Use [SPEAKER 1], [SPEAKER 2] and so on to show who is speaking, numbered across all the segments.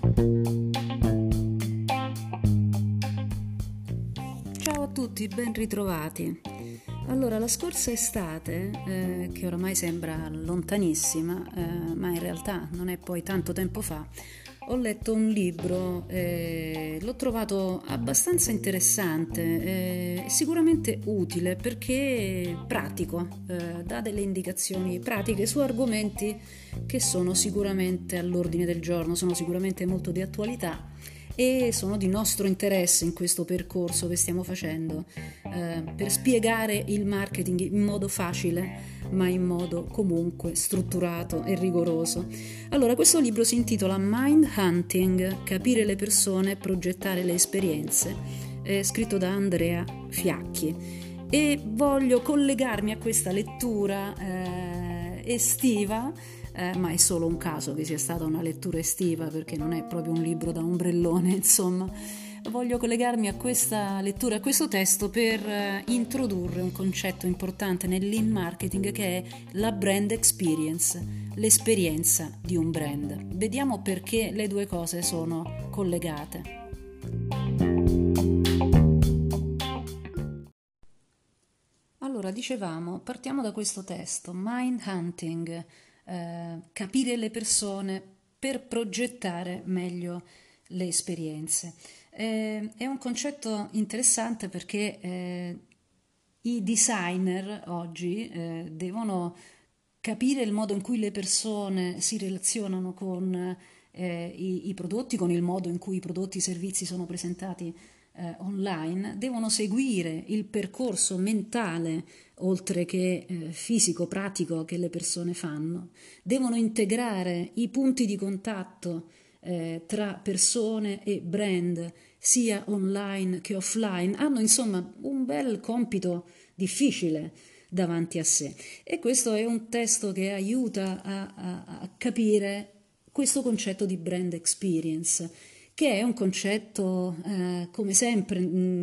[SPEAKER 1] Ciao a tutti, ben ritrovati. Allora, la scorsa estate, che oramai sembra lontanissima, ma in realtà non è poi tanto tempo fa, ho letto un libro, l'ho trovato abbastanza interessante, sicuramente utile perché pratico, dà delle indicazioni pratiche su argomenti che sono sicuramente all'ordine del giorno, sono sicuramente molto di attualità e sono di nostro interesse in questo percorso che stiamo facendo per spiegare il marketing in modo facile ma in modo comunque strutturato e rigoroso. Allora, questo libro si intitola Mind Hunting, capire le persone, progettare le esperienze, è scritto da Andrea Fiacchi e voglio collegarmi a questa lettura estiva, ma è solo un caso che sia stata una lettura estiva perché non è proprio un libro da ombrellone, insomma. Voglio collegarmi a questa lettura, a questo testo per introdurre un concetto importante nel lean marketing che è la brand experience, l'esperienza di un brand. Vediamo perché le due cose sono collegate. Allora, dicevamo, partiamo da questo testo, mind hunting, capire le persone per progettare meglio le esperienze. È un concetto interessante perché i designer oggi devono capire il modo in cui le persone si relazionano con i prodotti, con il modo in cui i prodotti e i servizi sono presentati online, devono seguire il percorso mentale, oltre che fisico, pratico, che le persone fanno, devono integrare i punti di contatto tra persone e brand, sia online che offline, hanno insomma un bel compito difficile davanti a sé. E questo è un testo che aiuta a capire questo concetto di brand experience, che è un concetto, come sempre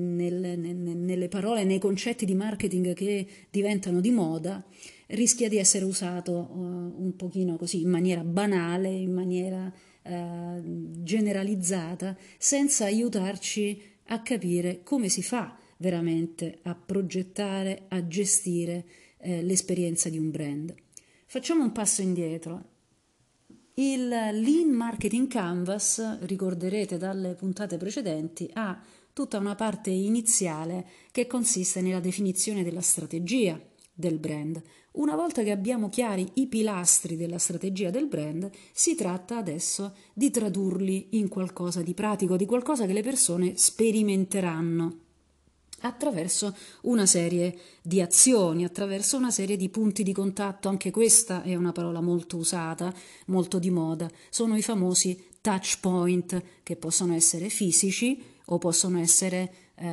[SPEAKER 1] nelle parole, nei concetti di marketing che diventano di moda, rischia di essere usato un pochino così in maniera banale, in maniera generalizzata, senza aiutarci a capire come si fa veramente a progettare, a gestire l'esperienza di un brand. Facciamo un passo indietro. Il Lean Marketing Canvas, ricorderete dalle puntate precedenti, ha tutta una parte iniziale che consiste nella definizione della strategia del brand. Una volta che abbiamo chiari i pilastri della strategia del brand, si tratta adesso di tradurli in qualcosa di pratico, di qualcosa che le persone sperimenteranno attraverso una serie di azioni, attraverso una serie di punti di contatto. Anche questa è una parola molto usata, molto di moda. Sono i famosi touch point, che possono essere fisici o possono essere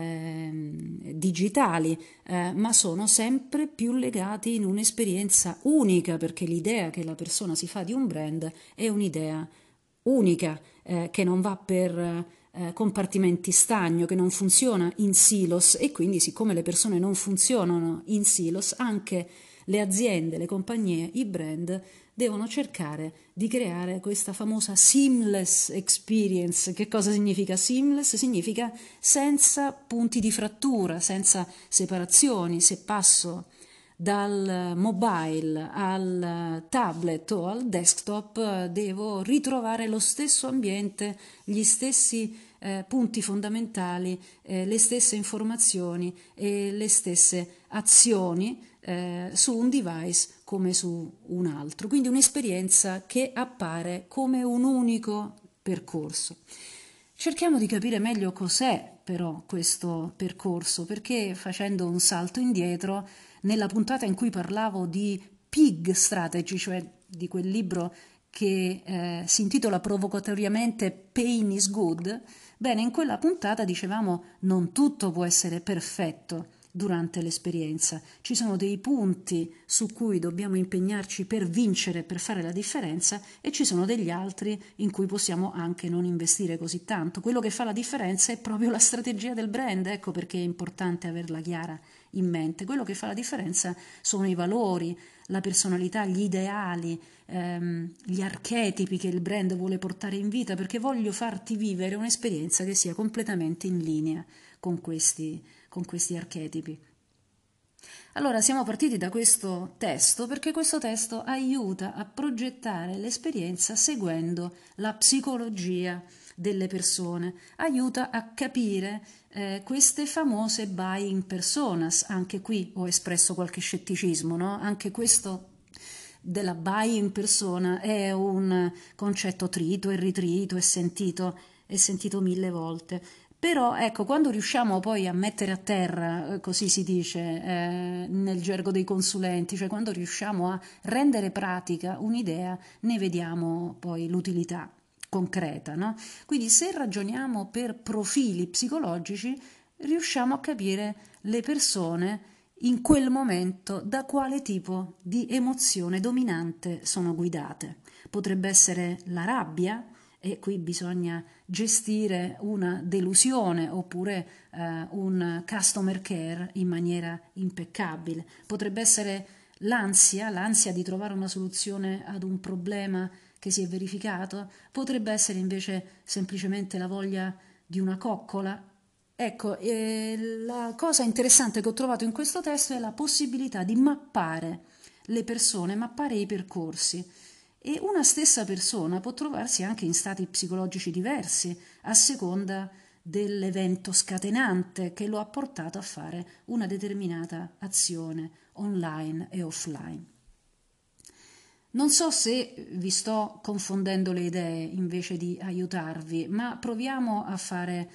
[SPEAKER 1] digitali, ma sono sempre più legati in un'esperienza unica, perché l'idea che la persona si fa di un brand è un'idea unica, che non va per compartimenti stagno, che non funziona in silos, e quindi siccome le persone non funzionano in silos, anche le aziende, le compagnie, i brand devono cercare di creare questa famosa seamless experience. Che cosa significa seamless? Significa senza punti di frattura, senza separazioni. Se passo dal mobile al tablet o al desktop, devo ritrovare lo stesso ambiente, gli stessi punti fondamentali, le stesse informazioni e le stesse azioni su un device come su un altro. Quindi un'esperienza che appare come un unico percorso. Cerchiamo di capire meglio cos'è però questo percorso, perché facendo un salto indietro, nella puntata in cui parlavo di Pig Strategy, cioè di quel libro che si intitola provocatoriamente Pain is Good, bene, in quella puntata dicevamo non tutto può essere perfetto durante l'esperienza, ci sono dei punti su cui dobbiamo impegnarci per vincere, per fare la differenza, e ci sono degli altri in cui possiamo anche non investire così tanto. Quello che fa la differenza è proprio la strategia del brand, ecco perché è importante averla chiara in mente. Quello che fa la differenza sono i valori, la personalità, gli ideali, gli archetipi che il brand vuole portare in vita, perché voglio farti vivere un'esperienza che sia completamente in linea con questi archetipi. Allora siamo partiti da questo testo perché questo testo aiuta a progettare l'esperienza seguendo la psicologia delle persone, aiuta a capire queste famose buying personas. Anche qui ho espresso qualche scetticismo, no? Anche questo della buying persona è un concetto trito e ritrito e sentito mille volte. Però ecco, quando riusciamo poi a mettere a terra, così si dice nel gergo dei consulenti, cioè quando riusciamo a rendere pratica un'idea, ne vediamo poi l'utilità concreta, no? Quindi se ragioniamo per profili psicologici, riusciamo a capire le persone in quel momento da quale tipo di emozione dominante sono guidate. Potrebbe essere la rabbia, e qui bisogna gestire una delusione oppure un customer care in maniera impeccabile. Potrebbe essere l'ansia di trovare una soluzione ad un problema che si è verificato, potrebbe essere invece semplicemente la voglia di una coccola. Ecco, la cosa interessante che ho trovato in questo testo è la possibilità di mappare le persone, mappare i percorsi. E una stessa persona può trovarsi anche in stati psicologici diversi a seconda dell'evento scatenante che lo ha portato a fare una determinata azione online e offline. Non so se vi sto confondendo le idee invece di aiutarvi, ma proviamo a fare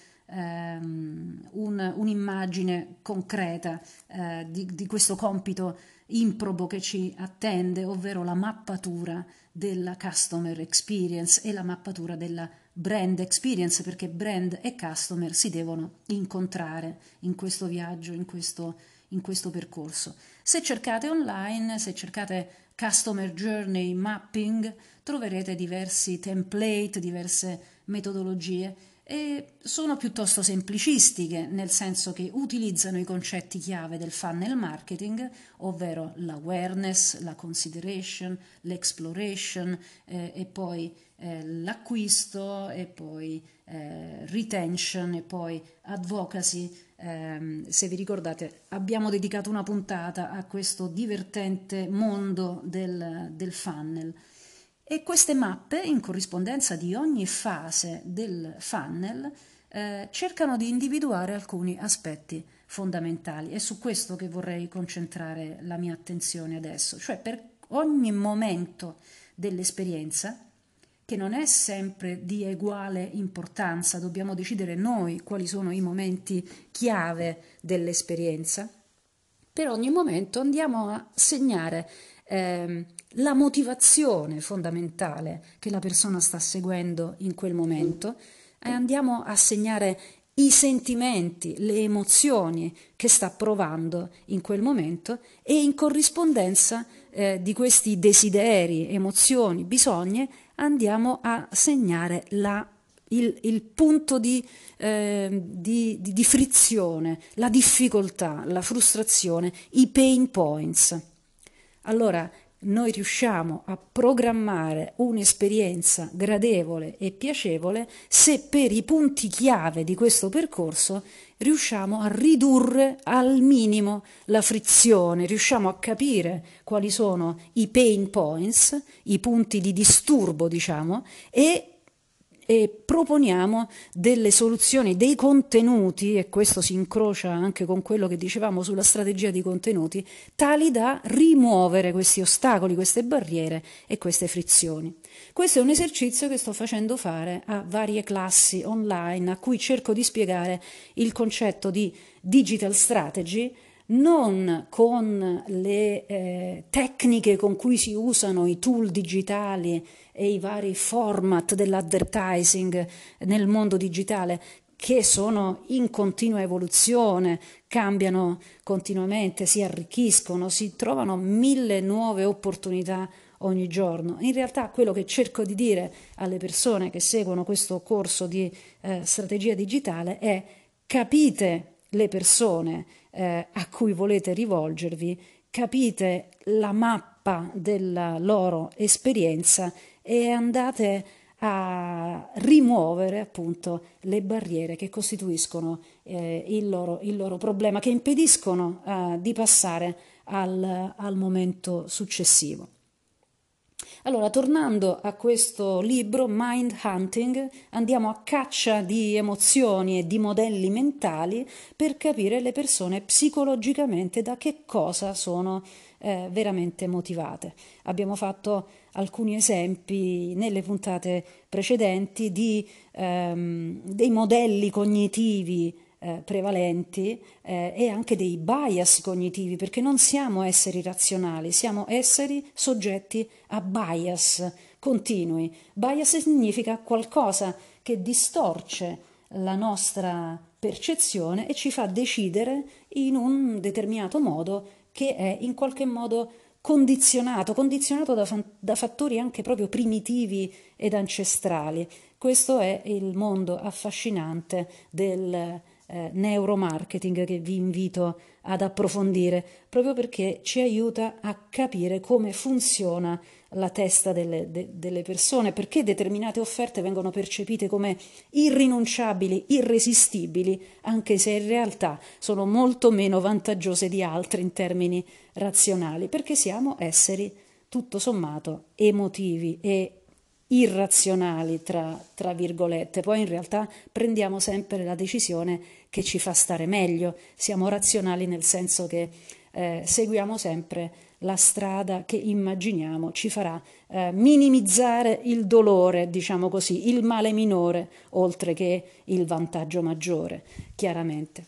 [SPEAKER 1] un'immagine concreta di questo compito improbo che ci attende, ovvero la mappatura della customer experience e la mappatura della brand experience, perché brand e customer si devono incontrare in questo viaggio, in questo percorso. Se cercate online, se cercate Customer Journey Mapping, troverete diversi template, diverse metodologie e sono piuttosto semplicistiche, nel senso che utilizzano i concetti chiave del funnel marketing, ovvero l'awareness, la consideration, l'exploration e poi l'acquisto e poi retention e poi advocacy. Se vi ricordate, abbiamo dedicato una puntata a questo divertente mondo del funnel. E queste mappe, in corrispondenza di ogni fase del funnel, cercano di individuare alcuni aspetti fondamentali. È su questo che vorrei concentrare la mia attenzione adesso, cioè per ogni momento dell'esperienza, che non è sempre di uguale importanza, dobbiamo decidere noi quali sono i momenti chiave dell'esperienza. Per ogni momento andiamo a segnare la motivazione fondamentale che la persona sta seguendo in quel momento e andiamo a segnare i sentimenti, le emozioni che sta provando in quel momento e in corrispondenza di questi desideri, emozioni, bisogni andiamo a segnare il punto di frizione, la difficoltà, la frustrazione, i pain points. Allora noi riusciamo a programmare un'esperienza gradevole e piacevole se per i punti chiave di questo percorso riusciamo a ridurre al minimo la frizione, riusciamo a capire quali sono i pain points, i punti di disturbo, diciamo, e proponiamo delle soluzioni, dei contenuti, e questo si incrocia anche con quello che dicevamo sulla strategia di contenuti, tali da rimuovere questi ostacoli, queste barriere e queste frizioni. Questo è un esercizio che sto facendo fare a varie classi online a cui cerco di spiegare il concetto di digital strategy, non con le tecniche con cui si usano i tool digitali e i vari format dell'advertising nel mondo digitale, che sono in continua evoluzione, cambiano continuamente, si arricchiscono, si trovano mille nuove opportunità ogni giorno. In realtà quello che cerco di dire alle persone che seguono questo corso di strategia digitale è: capite le persone a cui volete rivolgervi, capite la mappa tappa della loro esperienza e andate a rimuovere appunto le barriere che costituiscono il loro problema, che impediscono di passare al momento successivo. Allora, tornando a questo libro, Mind Hunting, andiamo a caccia di emozioni e di modelli mentali per capire le persone psicologicamente da che cosa sono veramente motivate. Abbiamo fatto alcuni esempi nelle puntate precedenti dei modelli cognitivi prevalenti e anche dei bias cognitivi, perché non siamo esseri razionali, siamo esseri soggetti a bias continui. Bias significa qualcosa che distorce la nostra percezione e ci fa decidere in un determinato modo che è in qualche modo condizionato da fattori anche proprio primitivi ed ancestrali. Questo è il mondo affascinante del neuromarketing che vi invito ad approfondire, proprio perché ci aiuta a capire come funziona la testa delle persone, perché determinate offerte vengono percepite come irrinunciabili, irresistibili, anche se in realtà sono molto meno vantaggiose di altre in termini razionali, perché siamo esseri tutto sommato emotivi e irrazionali tra virgolette. Poi in realtà prendiamo sempre la decisione che ci fa stare meglio, siamo razionali nel senso che seguiamo sempre la strada che immaginiamo ci farà minimizzare il dolore, diciamo così, il male minore, oltre che il vantaggio maggiore, chiaramente.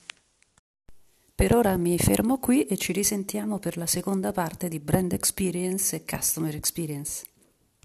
[SPEAKER 1] Per ora mi fermo qui e ci risentiamo per la seconda parte di Brand Experience e Customer Experience.